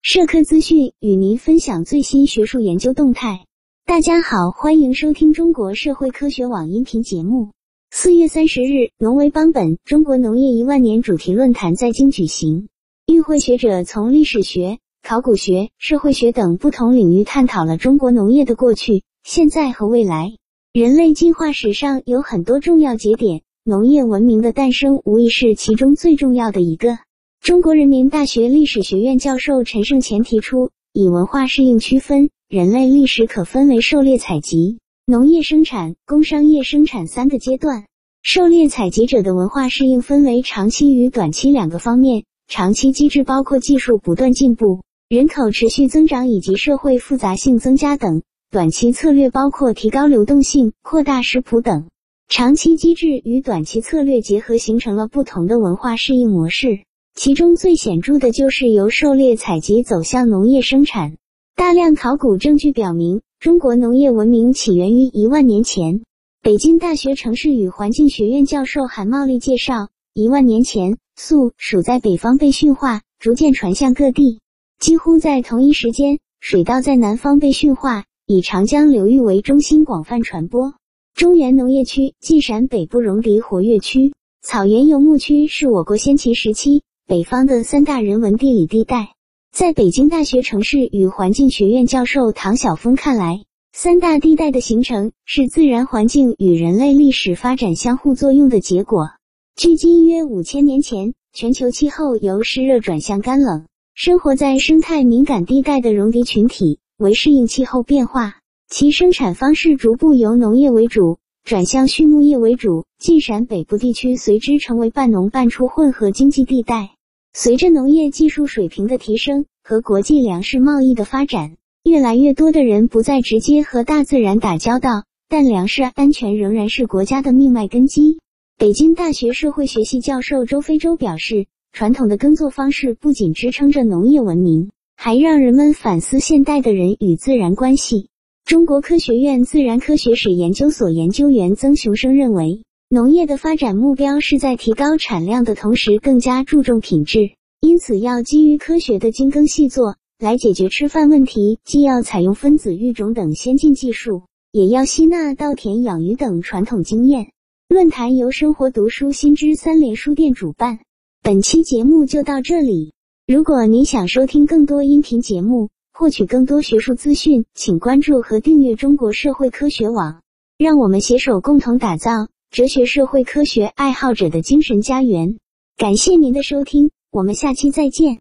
社科资讯与您分享最新学术研究动态。大家好，欢迎收听中国社会科学网音频节目。4月30日，农为邦本中国农业10000年主题论坛在京举行。与会学者从历史学、考古学、社会学等不同领域探讨了中国农业的过去、现在和未来。人类进化史上有很多重要节点，农业文明的诞生无疑是其中最重要的一个。中国人民大学历史学院教授陈胜乾提出，以文化适应区分，人类历史可分为狩猎采集、农业生产、工商业生产3个阶段。狩猎采集者的文化适应分为长期与短期2个方面，长期机制包括技术不断进步、人口持续增长以及社会复杂性增加等，短期策略包括提高流动性、扩大食谱等。长期机制与短期策略结合形成了不同的文化适应模式。其中最显著的就是由狩猎采集走向农业生产。大量考古证据表明，中国农业文明起源于10000年前。北京大学城市与环境学院教授韩茂利介绍，10000年前，粟属在北方被驯化，逐渐传向各地。几乎在同一时间，水稻在南方被驯化，以长江流域为中心广泛传播。中原农业区、晋陕北部戎狄活跃区、草原游牧区是我国先秦时期北方的3大人文地理地带。在北京大学城市与环境学院教授唐晓峰看来，3大地带的形成是自然环境与人类历史发展相互作用的结果。距今约5000年前，全球气候由湿热转向干冷，生活在生态敏感地带的戎狄群体为适应气候变化，其生产方式逐步由农业为主转向畜牧业为主，晋陕北部地区随之成为半农半畜混合经济地带。随着农业技术水平的提升和国际粮食贸易的发展，越来越多的人不再直接和大自然打交道，但粮食安全仍然是国家的命脉根基。北京大学社会学系教授周飞舟表示，传统的耕作方式不仅支撑着农业文明，还让人们反思现代的人与自然关系。中国科学院自然科学史研究所研究员曾雄生认为，农业的发展目标是在提高产量的同时更加注重品质，因此要基于科学的精耕细作来解决吃饭问题，既要采用分子育种等先进技术，也要吸纳稻田养鱼等传统经验。论坛由生活读书新知3联书店主办。本期节目就到这里。如果您想收听更多音频节目，获取更多学术资讯，请关注和订阅中国社会科学网。让我们携手共同打造哲学社会科学爱好者的精神家园。感谢您的收听，我们下期再见。